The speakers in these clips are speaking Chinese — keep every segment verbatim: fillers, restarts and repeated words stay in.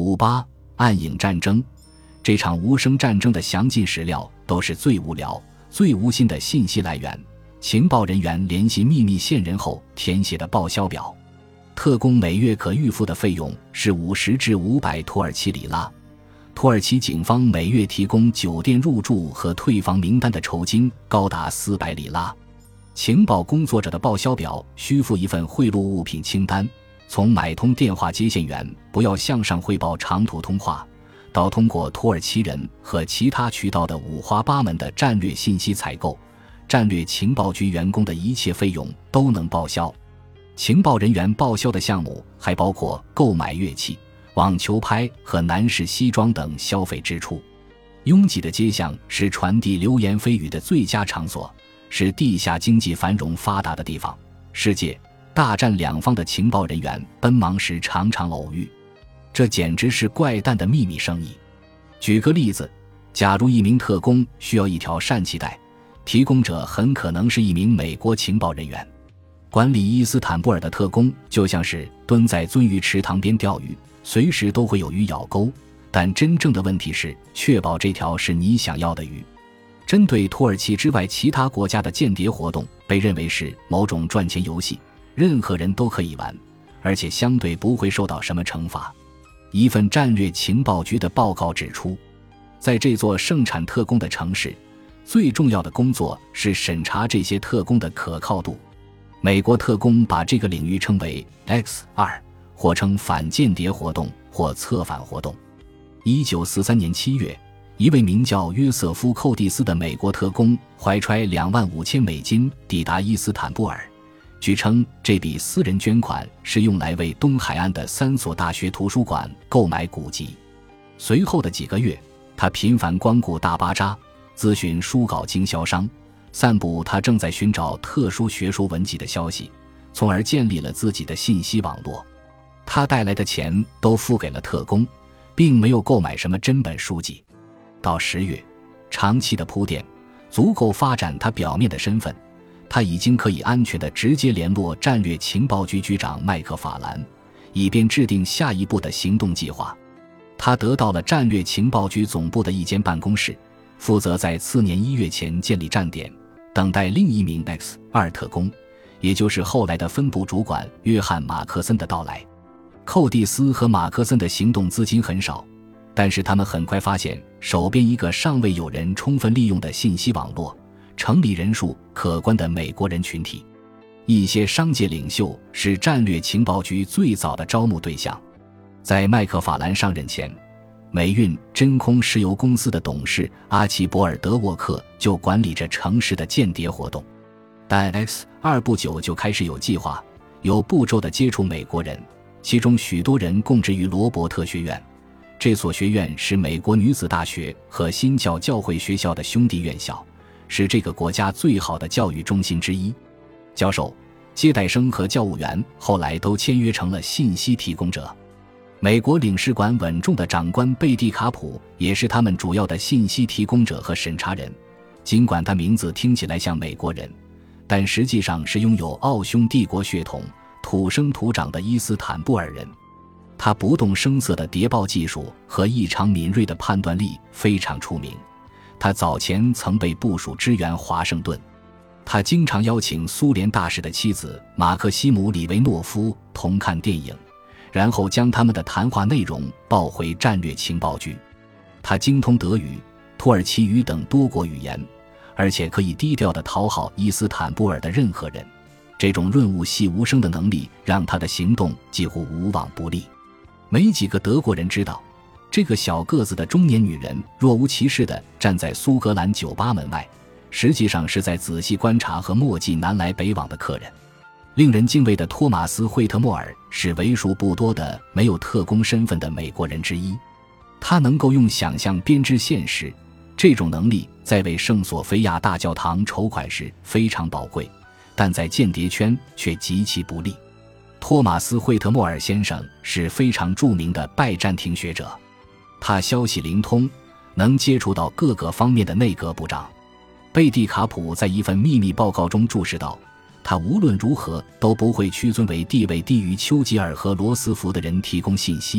五八暗影战争，这场无声战争的详尽史料都是最无聊、最无心的信息来源，情报人员联系秘密线人后填写的报销表。特工每月可预付的费用是五十至五百土耳其里拉，土耳其警方每月提供酒店入住和退房名单的酬金高达四百里拉。情报工作者的报销表需附一份贿赂物品清单，从买通电话接线员不要向上汇报长途通话，到通过土耳其人和其他渠道的五花八门的战略信息采购，战略情报局员工的一切费用都能报销。情报人员报销的项目还包括购买乐器、网球拍和男士西装等消费支出。拥挤的街巷是传递流言蜚语的最佳场所，是地下经济繁荣发达的地方。世界大战两方的情报人员奔忙时常常偶遇，这简直是怪诞的秘密生意。举个例子，假如一名特工需要一条疝气带，提供者很可能是一名美国情报人员。管理伊斯坦布尔的特工就像是蹲在鳟鱼池塘边钓鱼，随时都会有鱼咬钩，但真正的问题是确保这条是你想要的鱼。针对土耳其之外其他国家的间谍活动被认为是某种赚钱游戏，任何人都可以玩，而且相对不会受到什么惩罚。一份战略情报局的报告指出，在这座盛产特工的城市，最重要的工作是审查这些特工的可靠度。美国特工把这个领域称为 X 二， 或称反间谍活动或策反活动。一九四三年七月，一位名叫约瑟夫·寇蒂斯的美国特工怀揣两万五千美金抵达伊斯坦布尔，据称这笔私人捐款是用来为东海岸的三所大学图书馆购买古籍。随后的几个月，他频繁光顾大巴扎，咨询书稿经销商，散布他正在寻找特殊学术文集的消息，从而建立了自己的信息网络。他带来的钱都付给了特工，并没有购买什么真本书籍。到十月，长期的铺垫足够发展他表面的身份，他已经可以安全地直接联络战略情报局局长麦克法兰，以便制定下一步的行动计划。他得到了战略情报局总部的一间办公室，负责在次年一月前建立站点，等待另一名 X 二 特工，也就是后来的分部主管约翰·马克森的到来。寇蒂斯和马克森的行动资金很少，但是他们很快发现手边一个尚未有人充分利用的信息网络，城里人数可观的美国人群体。一些商界领袖是战略情报局最早的招募对象。在麦克法兰上任前，美运真空石油公司的董事阿奇博尔·德沃克就管理着城市的间谍活动。但 X 二 不久就开始有计划、有步骤地接触美国人，其中许多人供职于罗伯特学院。这所学院是美国女子大学和新教教会学校的兄弟院校，是这个国家最好的教育中心之一。教授、接待生和教务员后来都签约成了信息提供者。美国领事馆稳重的长官贝蒂卡普也是他们主要的信息提供者和审查人，尽管他名字听起来像美国人，但实际上是拥有奥匈帝国血统、土生土长的伊斯坦布尔人。他不动声色的谍报技术和异常敏锐的判断力非常出名，他早前曾被部署支援华盛顿。他经常邀请苏联大使的妻子马克西姆·里维诺夫同看电影，然后将他们的谈话内容报回战略情报局。他精通德语、土耳其语等多国语言，而且可以低调地讨好伊斯坦布尔的任何人。这种润物细无声的能力让他的行动几乎无往不利。没几个德国人知道，这个小个子的中年女人若无其事地站在苏格兰酒吧门外，实际上是在仔细观察和墨迹南来北往的客人。令人敬畏的托马斯·惠特莫尔是为数不多的没有特工身份的美国人之一。他能够用想象编织现实，这种能力在为圣索菲亚大教堂筹款时非常宝贵，但在间谍圈却极其不利。托马斯·惠特莫尔先生是非常著名的拜占庭学者，他消息灵通，能接触到各个方面的内阁部长。贝蒂卡普在一份秘密报告中注释到，他无论如何都不会屈尊为地位低于丘吉尔和罗斯福的人提供信息，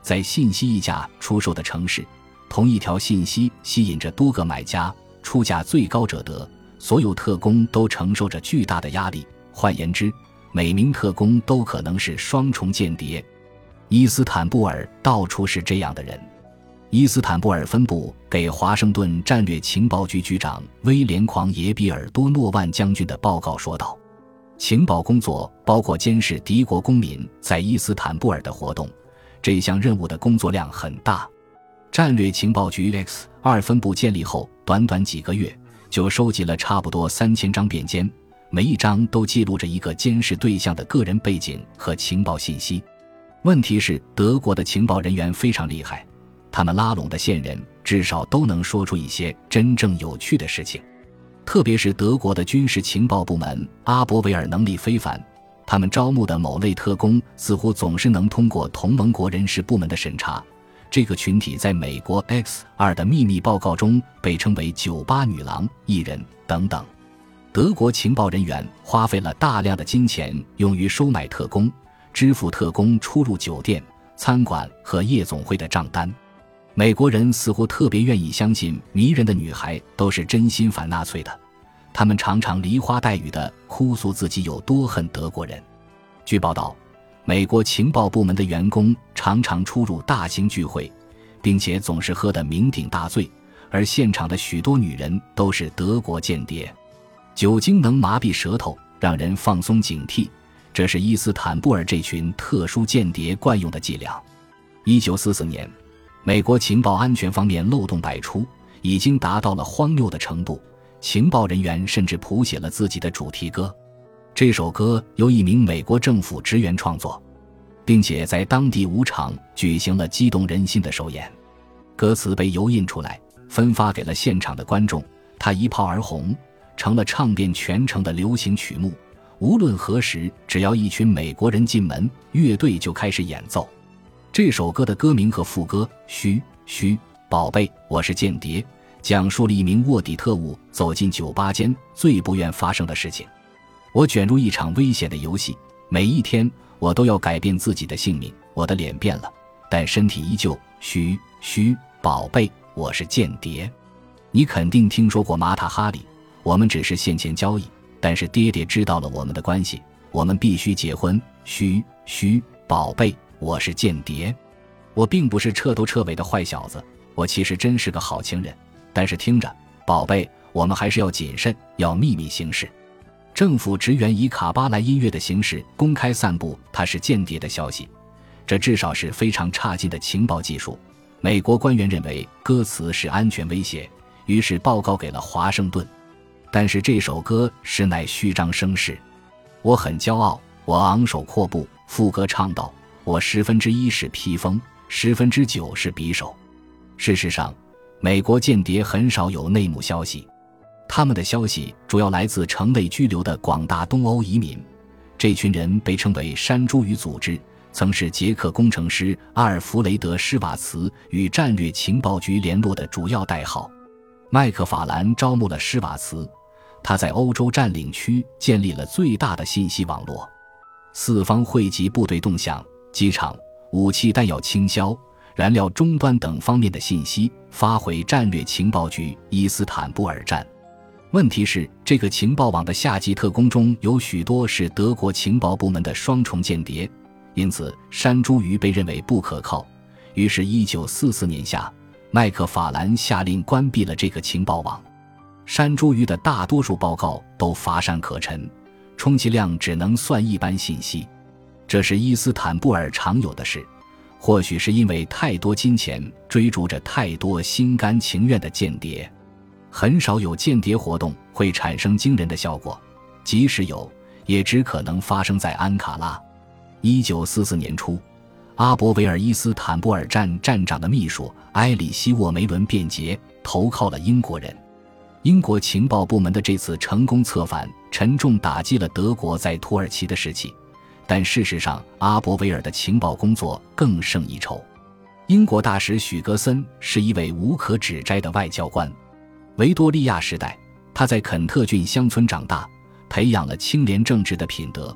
在信息溢价出售的城市，同一条信息吸引着多个买家，出价最高者得，所有特工都承受着巨大的压力。换言之，每名特工都可能是双重间谍。伊斯坦布尔到处是这样的人。伊斯坦布尔分部给华盛顿战略情报局局长威廉·狂野比尔多诺万将军的报告说道，情报工作包括监视敌国公民在伊斯坦布尔的活动，这项任务的工作量很大。战略情报局 X 二 分部建立后短短几个月就收集了差不多三千张便笺，每一张都记录着一个监视对象的个人背景和情报信息。问题是德国的情报人员非常厉害，他们拉拢的线人至少都能说出一些真正有趣的事情。特别是德国的军事情报部门阿伯维尔能力非凡，他们招募的某类特工似乎总是能通过同盟国人事部门的审查。这个群体在美国 X 二 的秘密报告中被称为酒吧女郎、艺人等等。德国情报人员花费了大量的金钱用于收买特工，支付特工出入酒店、餐馆和夜总会的账单。美国人似乎特别愿意相信迷人的女孩都是真心反纳粹的，他们常常梨花带雨地哭诉自己有多恨德国人。据报道，美国情报部门的员工常常出入大型聚会，并且总是喝得酩酊大醉，而现场的许多女人都是德国间谍。酒精能麻痹舌头，让人放松警惕，这是伊斯坦布尔这群特殊间谍惯用的伎俩。一九四四年，美国情报安全方面漏洞百出，已经达到了荒谬的程度，情报人员甚至谱写了自己的主题歌。这首歌由一名美国政府职员创作，并且在当地舞场举行了激动人心的首演。歌词被油印出来，分发给了现场的观众，它一炮而红，成了唱遍全城的流行曲目。无论何时，只要一群美国人进门，乐队就开始演奏。这首歌的歌名和副歌嘘嘘宝贝我是间谍，讲述了一名卧底特务走进酒吧间最不愿发生的事情。我卷入一场危险的游戏，每一天我都要改变自己的性命，我的脸变了，但身体依旧。嘘嘘宝贝我是间谍。你肯定听说过马塔哈里，我们只是现钱交易，但是爹爹知道了我们的关系，我们必须结婚。嘘嘘宝贝我是间谍。我并不是彻头彻尾的坏小子，我其实真是个好情人，但是听着宝贝，我们还是要谨慎，要秘密行事。政府职员以卡巴莱音乐的形式公开散布他是间谍的消息，这至少是非常差劲的情报技术。美国官员认为歌词是安全威胁，于是报告给了华盛顿。但是这首歌实乃虚张声势。我很骄傲，我昂首阔步，副歌唱道，我十分之一是披风，十分之九是匕首。事实上，美国间谍很少有内幕消息，他们的消息主要来自城内居留的广大东欧移民。这群人被称为山茱萸组织，曾是捷克工程师阿尔弗雷德·施瓦茨与战略情报局联络的主要代号。麦克法兰招募了施瓦茨，他在欧洲占领区建立了最大的信息网络，四方汇集部队动向、机场、武器弹药倾销、燃料终端等方面的信息，发回战略情报局伊斯坦布尔站。问题是，这个情报网的下级特工中有许多是德国情报部门的双重间谍，因此山茱萸被认为不可靠。于是一九四四年夏，麦克法兰下令关闭了这个情报网。山茱萸的大多数报告都乏善可陈，充其量只能算一般信息。这是伊斯坦布尔常有的事，或许是因为太多金钱追逐着太多心甘情愿的间谍。很少有间谍活动会产生惊人的效果，即使有，也只可能发生在安卡拉。一九四四年初，阿伯维尔伊斯坦布尔站站长的秘书埃里希沃梅伦辩捷，投靠了英国人。英国情报部门的这次成功策反沉重打击了德国在土耳其的士气，但事实上阿伯维尔的情报工作更胜一筹。英国大使许格森是一位无可指摘的外交官。维多利亚时代，他在肯特郡乡村长大，培养了清廉正直的品德。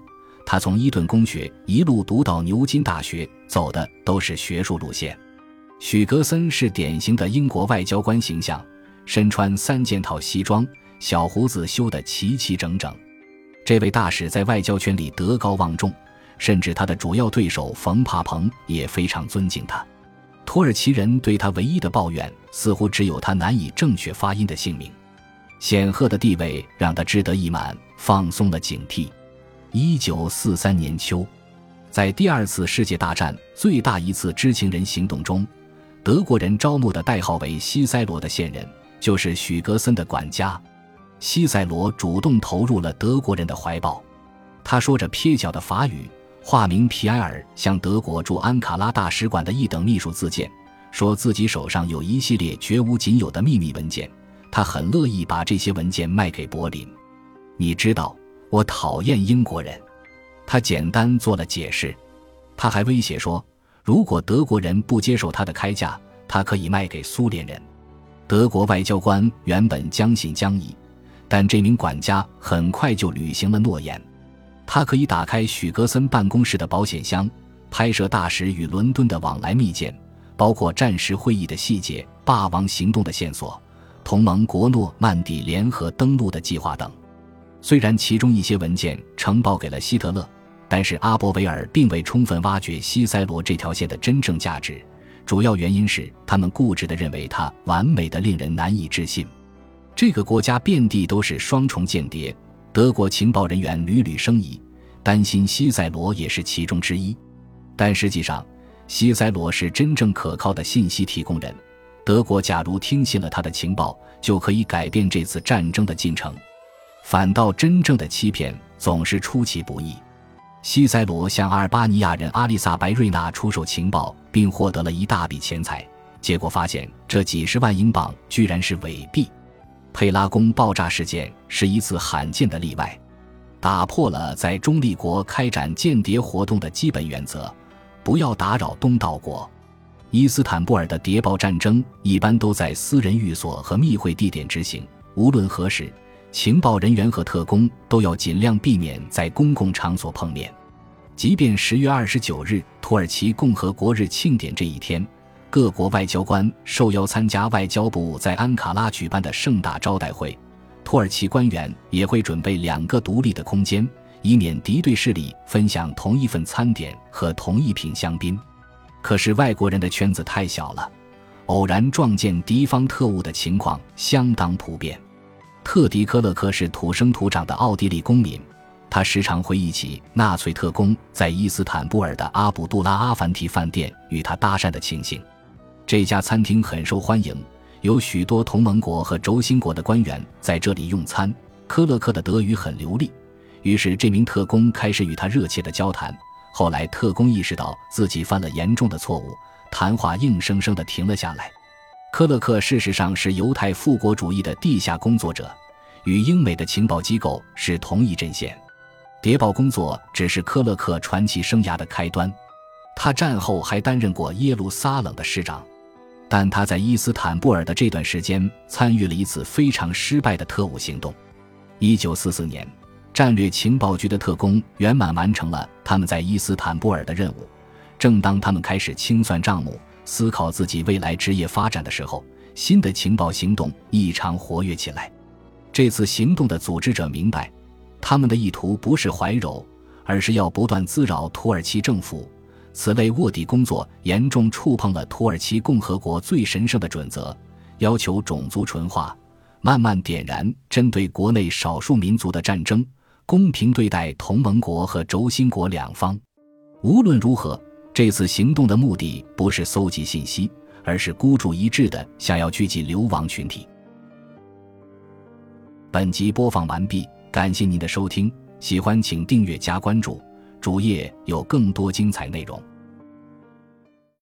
他从伊顿公学一路读到牛津大学，走的都是学术路线。许格森是典型的英国外交官形象，身穿三件套西装，小胡子修得齐齐整整。这位大使在外交圈里德高望重，甚至他的主要对手冯帕蓬也非常尊敬他。土耳其人对他唯一的抱怨似乎只有他难以正确发音的姓名。显赫的地位让他志得意满，放松了警惕。一九四三年秋，在第二次世界大战最大一次知情人行动中，德国人招募的代号为西塞罗的线人就是许格森的管家。西塞罗主动投入了德国人的怀抱，他说着蹩脚的法语，化名皮埃尔，向德国驻安卡拉大使馆的一等秘书自荐，说自己手上有一系列绝无仅有的秘密文件，他很乐意把这些文件卖给柏林。你知道，我讨厌英国人，他简单做了解释。他还威胁说，如果德国人不接受他的开价，他可以卖给苏联人。德国外交官原本将信将疑，但这名管家很快就履行了诺言。他可以打开许格森办公室的保险箱，拍摄大使与伦敦的往来密件，包括战时会议的细节、霸王行动的线索、同盟国诺曼底联合登陆的计划等。虽然其中一些文件呈报给了希特勒，但是阿伯维尔并未充分挖掘西塞罗这条线的真正价值，主要原因是他们固执地认为它完美的令人难以置信。这个国家遍地都是双重间谍，德国情报人员屡屡生疑，担心西塞罗也是其中之一。但实际上，西塞罗是真正可靠的信息提供人，德国假如听信了他的情报，就可以改变这次战争的进程。反倒真正的欺骗总是出其不意。西塞罗向阿尔巴尼亚人阿丽萨白瑞纳出售情报，并获得了一大笔钱财，结果发现这几十万英镑居然是伪币。佩拉宫爆炸事件是一次罕见的例外，打破了在中立国开展间谍活动的基本原则，不要打扰东道国。伊斯坦布尔的谍报战争一般都在私人寓所和密会地点执行，无论何时，情报人员和特工都要尽量避免在公共场所碰面。即便十月二十九日土耳其共和国日庆典这一天，各国外交官受邀参加外交部在安卡拉举办的盛大招待会，土耳其官员也会准备两个独立的空间，以免敌对势力分享同一份餐点和同一瓶香槟。可是外国人的圈子太小了，偶然撞见敌方特务的情况相当普遍。特迪科勒克是土生土长的奥地利公民，他时常回忆起纳粹特工在伊斯坦布尔的阿卜杜拉阿凡提饭店与他搭讪的情形。这家餐厅很受欢迎，有许多同盟国和轴心国的官员在这里用餐。科勒克的德语很流利，于是这名特工开始与他热切的交谈。后来特工意识到自己犯了严重的错误，谈话硬生生地停了下来。科勒克事实上是犹太复国主义的地下工作者，与英美的情报机构是同一阵线。谍报工作只是科勒克传奇生涯的开端，他战后还担任过耶路撒冷的市长，但他在伊斯坦布尔的这段时间参与了一次非常失败的特务行动。一九四四年，战略情报局的特工圆满完成了他们在伊斯坦布尔的任务。正当他们开始清算账目，思考自己未来职业发展的时候，新的情报行动异常活跃起来。这次行动的组织者明白，他们的意图不是怀柔，而是要不断滋扰土耳其政府。此类卧底工作严重触碰了土耳其共和国最神圣的准则，要求种族纯化，慢慢点燃针对国内少数民族的战争，公平对待同盟国和轴心国两方。无论如何，这次行动的目的不是搜集信息，而是孤注一掷的想要狙击流亡群体。本集播放完毕，感谢您的收听，喜欢请订阅加关注，主页有更多精彩内容。